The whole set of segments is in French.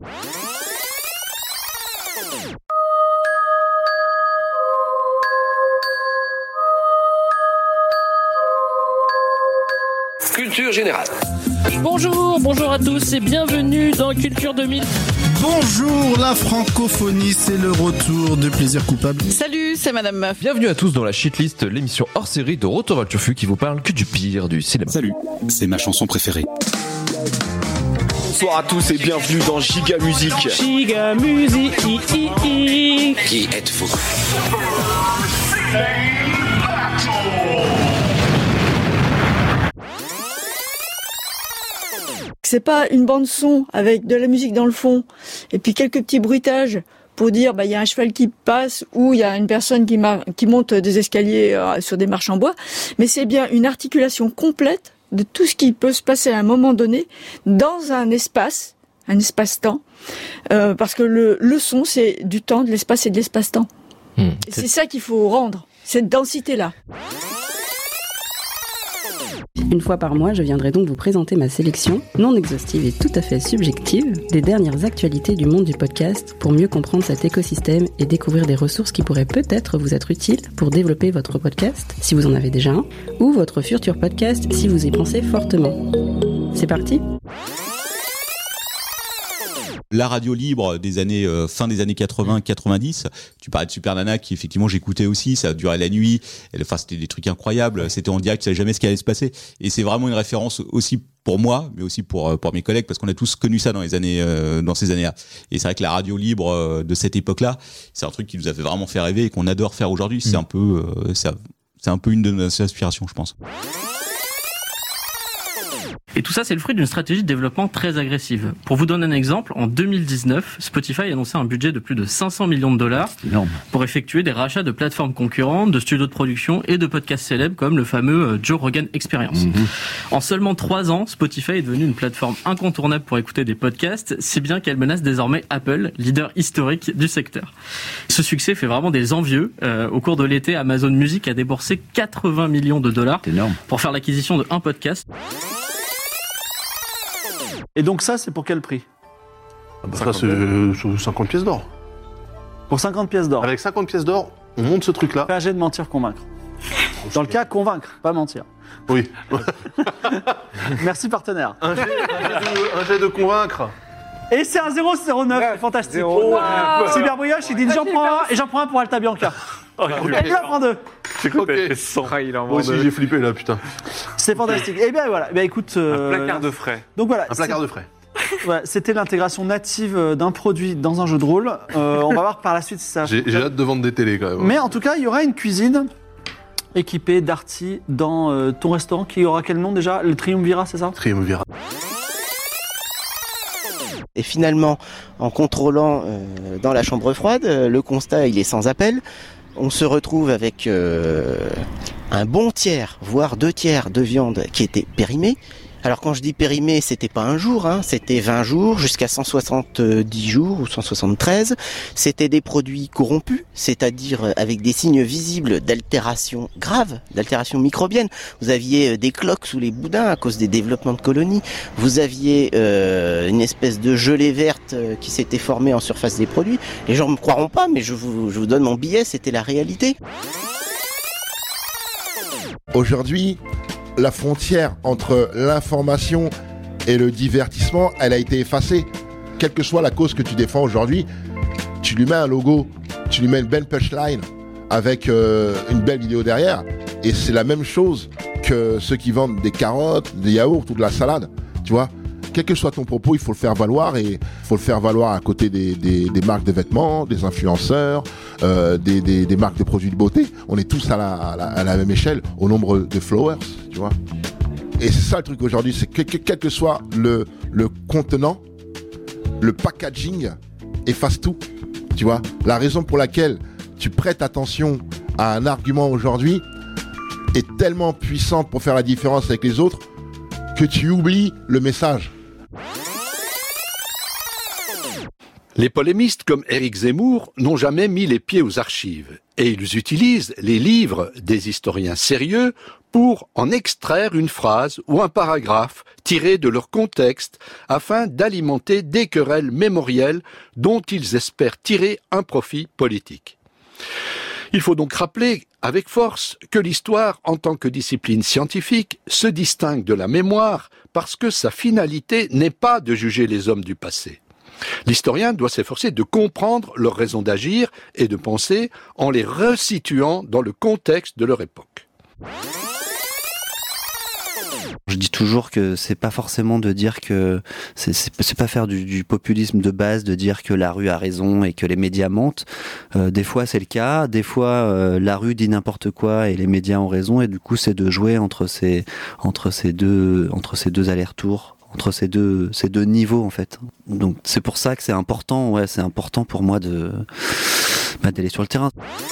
Culture générale. Bonjour à tous et bienvenue dans Culture 2000. Bonjour, la francophonie, c'est le retour de Plaisir Coupable. Salut, c'est Madame Meuf. Bienvenue à tous dans la Shitlist, l'émission hors série de Rotoral Turfu qui vous parle que du pire du cinéma. Salut, c'est ma chanson préférée. Bonsoir à tous et bienvenue dans Giga Musique. Giga Musique. Qui êtes-vous ? C'est pas une bande son avec de la musique dans le fond et puis quelques petits bruitages pour dire il y a un cheval qui passe ou il y a une personne qui monte des escaliers sur des marches en bois, mais c'est bien une articulation complète de tout ce qui peut se passer à un moment donné dans un espace-temps, parce que le son c'est du temps, de l'espace et de l'espace-temps. C'est ça qu'il faut rendre, cette densité-là. Une fois par mois, je viendrai donc vous présenter ma sélection, non exhaustive et tout à fait subjective, des dernières actualités du monde du podcast pour mieux comprendre cet écosystème et découvrir des ressources qui pourraient peut-être vous être utiles pour développer votre podcast, si vous en avez déjà un, ou votre futur podcast si vous y pensez fortement. C'est parti ? La radio libre des années fin des années 80-90, tu parlais de Super Nana qui effectivement j'écoutais aussi, ça durait la nuit, enfin c'était des trucs incroyables, c'était en direct, tu savais jamais ce qui allait se passer et c'est vraiment une référence aussi pour moi mais aussi pour mes collègues parce qu'on a tous connu ça dans ces années-là. Et c'est vrai que la radio libre de cette époque-là, c'est un truc qui nous a fait vraiment fait rêver et qu'on adore faire aujourd'hui, c'est un peu une de nos aspirations, je pense. Et tout ça, c'est le fruit d'une stratégie de développement très agressive. Pour vous donner un exemple, en 2019, Spotify a annoncé un budget de plus de 500 millions de dollars pour effectuer des rachats de plateformes concurrentes, de studios de production et de podcasts célèbres comme le fameux Joe Rogan Experience. En seulement 3 ans, Spotify est devenue une plateforme incontournable pour écouter des podcasts, si bien qu'elle menace désormais Apple, leader historique du secteur. Ce succès fait vraiment des envieux. Au cours de l'été, Amazon Music a déboursé 80 millions de dollars pour faire l'acquisition de un podcast. Et donc ça, c'est pour quel prix ? Ça, c'est 50 pièces d'or. Pour 50 pièces d'or. Avec 50 pièces d'or, on monte ce truc-là. Fais un jet de mentir, convaincre. Dans le cas, convaincre, pas mentir. Oui. Merci, partenaire. Un jet de convaincre. Et c'est un 0,09, fantastique. Wow. Cyberbrioche, il dit j'en prends un et j'en prends un pour Alta Bianca. Et il en prend 2. J'ai cru que t'avais fait 100. Moi aussi, j'ai flippé là, putain. C'est fantastique. Et bien voilà, écoute... un placard de frais. Donc voilà. Un placard de frais. Ouais, c'était l'intégration native d'un produit dans un jeu de rôle. On va voir par la suite si ça... J'ai hâte de vendre des télés quand même. Mais en tout cas, il y aura une cuisine équipée d'Arty dans ton restaurant qui aura quel nom déjà ? Le Triumvirat, c'est ça ? Triumvirat. Et finalement, en contrôlant dans la chambre froide, le constat il est sans appel. On se retrouve avec un bon tiers, voire 2 tiers de viande qui était périmée. Alors quand je dis périmé, c'était pas un jour, c'était 20 jours jusqu'à 170 jours ou 173. C'était des produits corrompus, c'est-à-dire avec des signes visibles d'altération grave, d'altération microbienne. Vous aviez des cloques sous les boudins à cause des développements de colonies. Vous aviez une espèce de gelée verte qui s'était formée en surface des produits. Les gens ne me croiront pas, mais je vous donne mon billet, c'était la réalité. Aujourd'hui, la frontière entre l'information et le divertissement, elle a été effacée. Quelle que soit la cause que tu défends aujourd'hui, tu lui mets un logo, tu lui mets une belle punchline avec une belle vidéo derrière. Et c'est la même chose que ceux qui vendent des carottes, des yaourts ou de la salade. Tu vois, quel que soit ton propos, il faut le faire valoir. Et il faut le faire valoir à côté des marques de vêtements, des influenceurs, des marques de produits de beauté. On est tous à la même échelle au nombre de followers, tu vois. Et c'est ça le truc aujourd'hui, c'est que quel que soit le contenant, le packaging efface tout, tu vois. La raison pour laquelle tu prêtes attention à un argument aujourd'hui est tellement puissante pour faire la différence avec les autres que tu oublies le message. Les polémistes comme Éric Zemmour n'ont jamais mis les pieds aux archives et ils utilisent les livres des historiens sérieux pour en extraire une phrase ou un paragraphe tiré de leur contexte afin d'alimenter des querelles mémorielles dont ils espèrent tirer un profit politique. Il faut donc rappeler avec force que l'histoire, en tant que discipline scientifique, se distingue de la mémoire parce que sa finalité n'est pas de juger les hommes du passé. L'historien doit s'efforcer de comprendre leurs raisons d'agir et de penser en les resituant dans le contexte de leur époque. Je dis toujours que c'est pas forcément de dire que c'est pas faire du populisme de base, de dire que la rue a raison et que les médias mentent. Des fois c'est le cas, des fois la rue dit n'importe quoi et les médias ont raison, et du coup c'est de jouer entre ces deux allers-retours, entre ces deux niveaux en fait. Donc c'est pour ça que c'est important pour moi d'aller sur le terrain.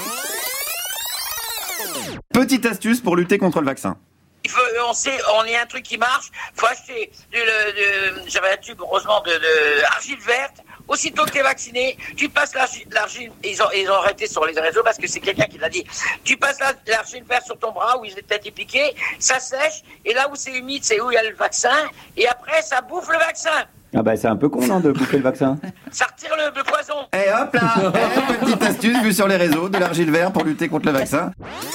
Petite astuce pour lutter contre le vaccin. On y a un truc qui marche, faut acheter j'avais un tube heureusement de argile verte. Aussitôt que tu es vacciné, tu passes l'argile, ils ont arrêté sur les réseaux parce que c'est quelqu'un qui l'a dit. Tu passes l'argile verte sur ton bras où il était été piqué, ça sèche, et là où c'est humide, c'est où il y a le vaccin, et après ça bouffe le vaccin. Ah bah c'est un peu con non, de bouffer le vaccin. Ça retire le poison. Et hop là, petite astuce vue sur les réseaux, de l'argile verte pour lutter contre le vaccin.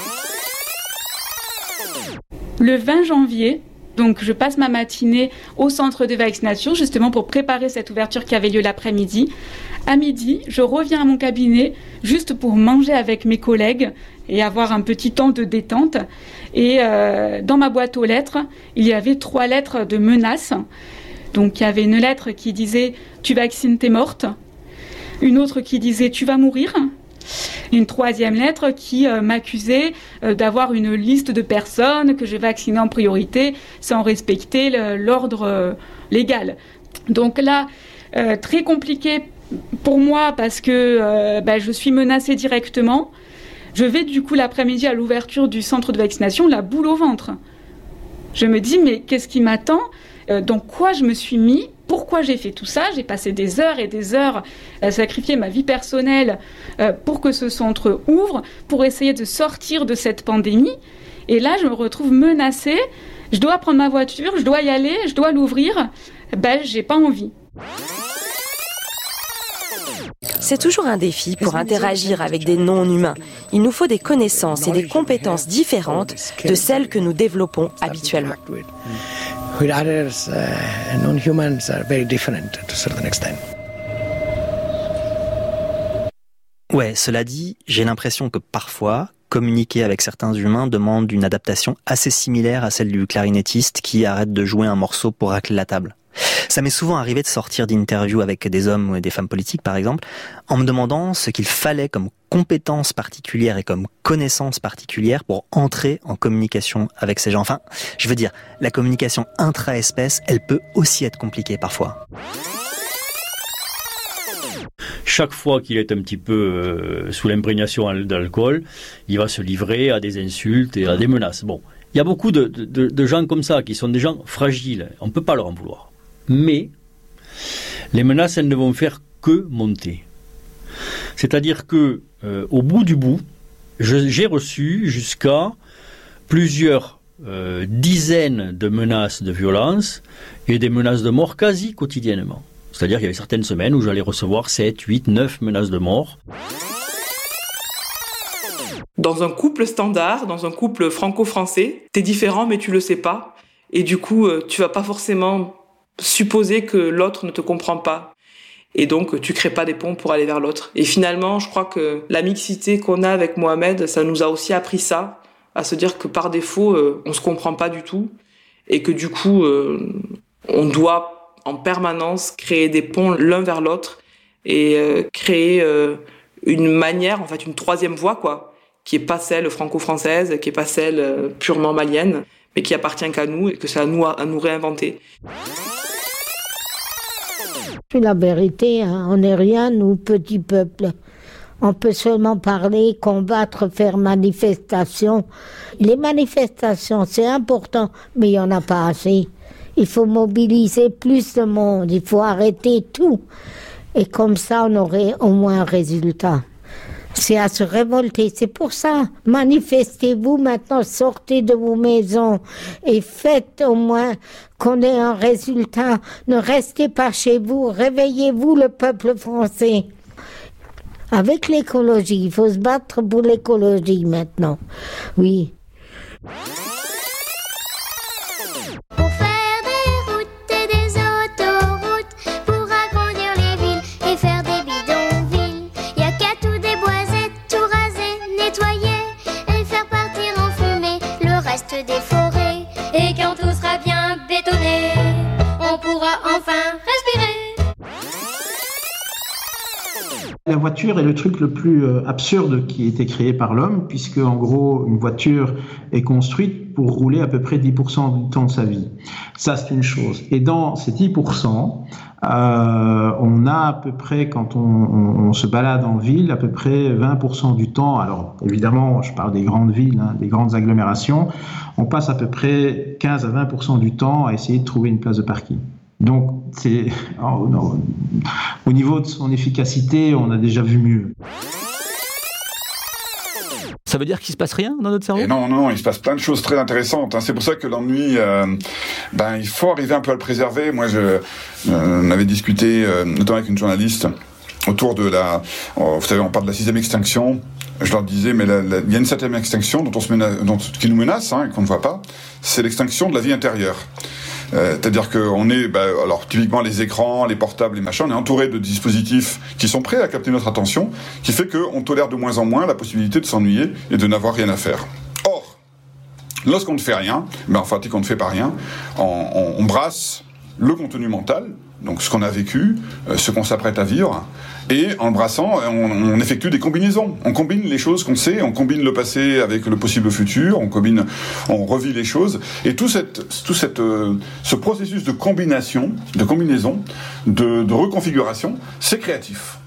Le 20 janvier, donc je passe ma matinée au centre de vaccination justement pour préparer cette ouverture qui avait lieu l'après-midi. À midi, je reviens à mon cabinet juste pour manger avec mes collègues et avoir un petit temps de détente. Et dans ma boîte aux lettres, il y avait 3 lettres de menaces. Donc il y avait une lettre qui disait « Tu vaccines, t'es morte ». Une autre qui disait « Tu vas mourir ». Une 3e lettre qui m'accusait d'avoir une liste de personnes que je vaccinais en priorité sans respecter l'ordre légal. Donc là, très compliqué pour moi parce que je suis menacée directement. Je vais du coup l'après-midi à l'ouverture du centre de vaccination, la boule au ventre. Je me dis mais qu'est-ce qui m'attend ? Dans quoi je me suis mis ? Pourquoi j'ai fait tout ça ? J'ai passé des heures et des heures à sacrifier ma vie personnelle pour que ce centre ouvre, pour essayer de sortir de cette pandémie. Et là, je me retrouve menacée. Je dois prendre ma voiture, je dois y aller, je dois l'ouvrir. J'ai pas envie. C'est toujours un défi pour interagir avec des non-humains. Il nous faut des connaissances et des compétences différentes de celles que nous développons habituellement. With others, non-humans are very different to a certain extent. Ouais, cela dit, j'ai l'impression que parfois, communiquer avec certains humains demande une adaptation assez similaire à celle du clarinettiste qui arrête de jouer un morceau pour racler la table. Ça m'est souvent arrivé de sortir d'interviews avec des hommes ou des femmes politiques, par exemple, en me demandant ce qu'il fallait comme compétences particulières et comme connaissances particulières pour entrer en communication avec ces gens. Enfin, je veux dire, la communication intra-espèce, elle peut aussi être compliquée parfois. Chaque fois qu'il est un petit peu sous l'imprégnation d'alcool, il va se livrer à des insultes et à des menaces. Bon, il y a beaucoup de gens comme ça, qui sont des gens fragiles. On ne peut pas leur en vouloir. Mais les menaces, elles ne vont faire que monter. C'est-à-dire que, au bout du bout, j'ai reçu jusqu'à plusieurs dizaines de menaces de violence et des menaces de mort quasi quotidiennement. C'est-à-dire qu'il y avait certaines semaines où j'allais recevoir 7, 8, 9 menaces de mort. Dans un couple standard, dans un couple franco-français, t'es différent mais tu le sais pas. Et du coup, tu vas pas forcément supposer que l'autre ne te comprend pas. Et donc, tu crées pas des ponts pour aller vers l'autre. Et finalement, je crois que la mixité qu'on a avec Mohamed, ça nous a aussi appris ça, à se dire que par défaut, on se comprend pas du tout. Et que du coup, on doit en permanence créer des ponts l'un vers l'autre et créer une manière, en fait, une troisième voie, quoi, qui est pas celle franco-française, qui est pas celle purement malienne, mais qui appartient qu'à nous et que c'est à nous réinventer. C'est la vérité, hein. On n'est rien, nous, petits peuples. On peut seulement parler, combattre, faire manifestation. Les manifestations, c'est important, mais il n'y en a pas assez. Il faut mobiliser plus de monde, il faut arrêter tout. Et comme ça, on aurait au moins un résultat. C'est à se révolter. C'est pour ça, manifestez-vous maintenant, sortez de vos maisons et faites au moins qu'on ait un résultat. Ne restez pas chez vous, réveillez-vous le peuple français. Avec l'écologie, il faut se battre pour l'écologie maintenant. Oui. Pour faire des routes et des autoroutes, pour agrandir les villes et faire des bidonvilles, y a qu'à tout déboiser, tout raser, nettoyer et faire partir en fumée le reste des forêts. Et quand tout sera bien bétonné, on pourra enfin respirer. La voiture est le truc le plus absurde qui a été créé par l'homme, puisque en gros, une voiture est construite pour rouler à peu près 10% du temps de sa vie. Ça, c'est une chose. Et dans ces 10%, on a à peu près, quand on se balade en ville, à peu près 20% du temps. Alors, évidemment, je parle des grandes villes, des grandes agglomérations. On passe à peu près 15 à 20% du temps à essayer de trouver une place de parking. Donc, au niveau de son efficacité, on a déjà vu mieux. Ça veut dire qu'il se passe rien dans notre cerveau ? Et non, il se passe plein de choses très intéressantes. C'est pour ça que l'ennui, il faut arriver un peu à le préserver. Moi, on avait discuté, notamment avec une journaliste, autour de vous savez, on parle de la 6e extinction. Je leur disais, mais il y a une 7e extinction qui nous menace, et qu'on ne voit pas. C'est l'extinction de la vie intérieure. C'est-à-dire qu'on est, alors typiquement les écrans, les portables, les machins, on est entouré de dispositifs qui sont prêts à capter notre attention, qui fait qu'on tolère de moins en moins la possibilité de s'ennuyer et de n'avoir rien à faire. Or, lorsqu'on ne fait rien, qu'on ne fait pas rien, on brasse le contenu mental, donc ce qu'on a vécu, ce qu'on s'apprête à vivre, et en le brassant, on effectue des combinaisons. On combine les choses qu'on sait, on combine le passé avec le possible futur, on revit les choses, et tout ce processus de combinaison, de reconfiguration, c'est créatif.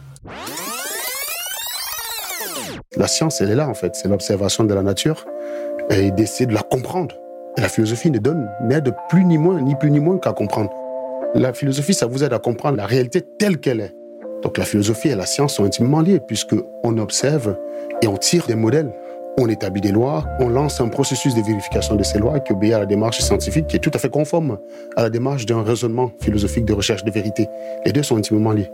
La science, elle est là en fait, c'est l'observation de la nature et d'essayer de la comprendre. Et la philosophie n'aide ni plus ni moins qu'à comprendre. La philosophie, ça vous aide à comprendre la réalité telle qu'elle est. Donc la philosophie et la science sont intimement liées, puisqu'on observe et on tire des modèles. On établit des lois, on lance un processus de vérification de ces lois qui obéit à la démarche scientifique, qui est tout à fait conforme à la démarche d'un raisonnement philosophique de recherche de vérité. Les deux sont intimement liés.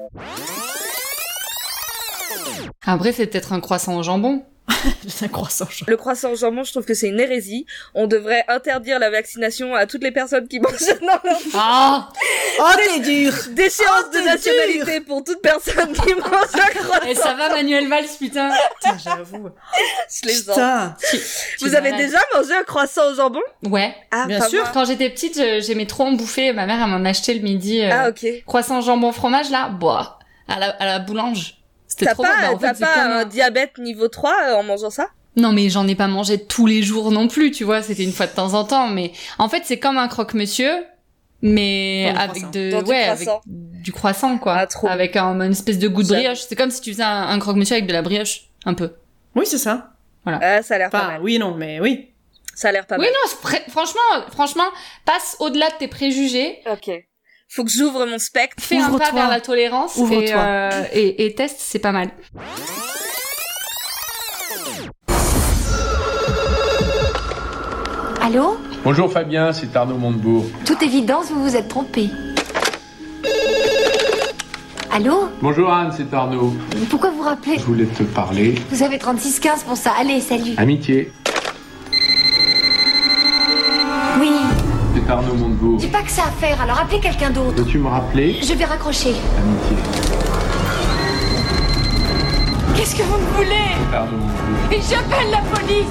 Après, c'est peut-être un croissant au jambon. Le croissant au jambon, je trouve que c'est une hérésie. On devrait interdire la vaccination à toutes les personnes qui mangent dans leur... t'es dur. Déchéance de nationalité pour toute personne qui mange un croissant. Et ça va, Manuel Valls, putain. Putain, j'avoue. Je les sens. Vous avez déjà mangé un croissant au jambon ? Ouais, bien sûr. Moi. Quand j'étais petite, j'aimais trop en bouffer. Ma mère, elle m'en achetait le midi. Croissant jambon fromage, là, à la boulange. C'était trop bon. T'as pas un diabète niveau 3 en mangeant ça ? Non, mais j'en ai pas mangé tous les jours non plus, tu vois, c'était une fois de temps en temps, mais en fait, c'est comme un croque-monsieur, mais avec du croissant, quoi. Avec une espèce de goût de brioche. C'est comme si tu faisais un croque-monsieur avec de la brioche, un peu. Oui, c'est ça. Voilà. Ça a l'air pas mal. Oui, non, mais oui. Ça a l'air pas mal. Oui, non, franchement, passe au-delà de tes préjugés. Ok. Faut que j'ouvre mon spectre. Fais un pas vers la tolérance et teste, c'est pas mal. Allô ? Bonjour Fabien, c'est Arnaud Montebourg. Toute évidence, vous vous êtes trompé. Allô ? Bonjour Anne, c'est Arnaud. Pourquoi vous rappelez ? Je voulais te parler. Vous avez 3615 pour ça. Allez, salut. Amitié. Oui. C'est Arnaud Montebourg. J'ai pas que ça à faire, alors appelez quelqu'un d'autre. Peux-tu me rappeler ? Je vais raccrocher. Amitié. Qu'est-ce que vous me voulez ? C'est Arnaud Montebourg. Et j'appelle la police.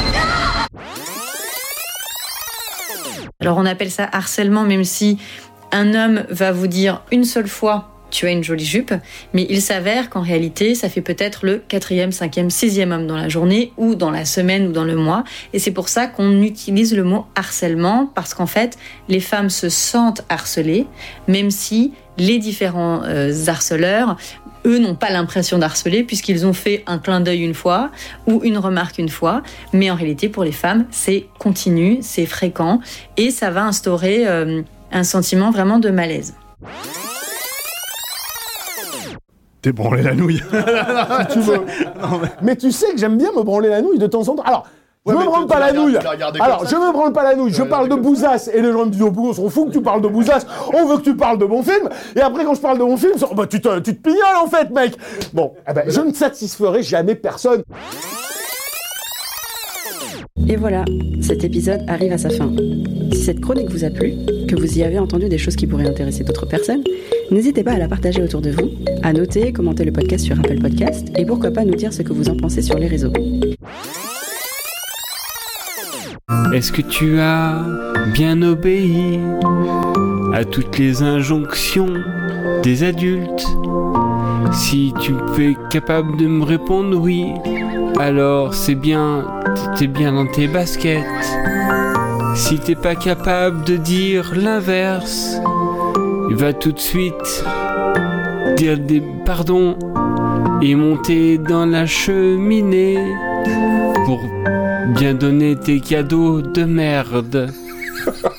Alors on appelle ça harcèlement, même si un homme va vous dire une seule fois « tu as une jolie jupe », mais il s'avère qu'en réalité, ça fait peut-être le 4e, 5e, 6e homme dans la journée, ou dans la semaine, ou dans le mois. Et c'est pour ça qu'on utilise le mot harcèlement, parce qu'en fait, les femmes se sentent harcelées, même si les différents harceleurs, eux, n'ont pas l'impression d'harceler, puisqu'ils ont fait un clin d'œil une fois, ou une remarque une fois. Mais en réalité, pour les femmes, c'est continu, c'est fréquent, et ça va instaurer un sentiment vraiment de malaise. T'es branlé la nouille. Si tu veux. Mais tu sais que j'aime bien me branler la nouille de temps en temps. Alors, je me branle pas la nouille. Alors, je me branle pas la nouille. Je parle de Bouzasse et les gens me disent, oh, on s'en fout que tu parles de Bouzasse. On veut que tu parles de mon film. Et après, quand je parle de mon film, bah, tu te pignoles en fait, mec. Bon, je ne satisferai jamais personne. Et voilà, cet épisode arrive à sa fin. Si cette chronique vous a plu, que vous y avez entendu des choses qui pourraient intéresser d'autres personnes, n'hésitez pas à la partager autour de vous, à noter, commenter le podcast sur Apple Podcast et pourquoi pas nous dire ce que vous en pensez sur les réseaux. Est-ce que tu as bien obéi à toutes les injonctions des adultes? Si tu es capable de me répondre oui, alors c'est bien, t'es bien dans tes baskets. Si t'es pas capable de dire l'inverse, va tout de suite dire des pardons et monter dans la cheminée pour bien donner tes cadeaux de merde.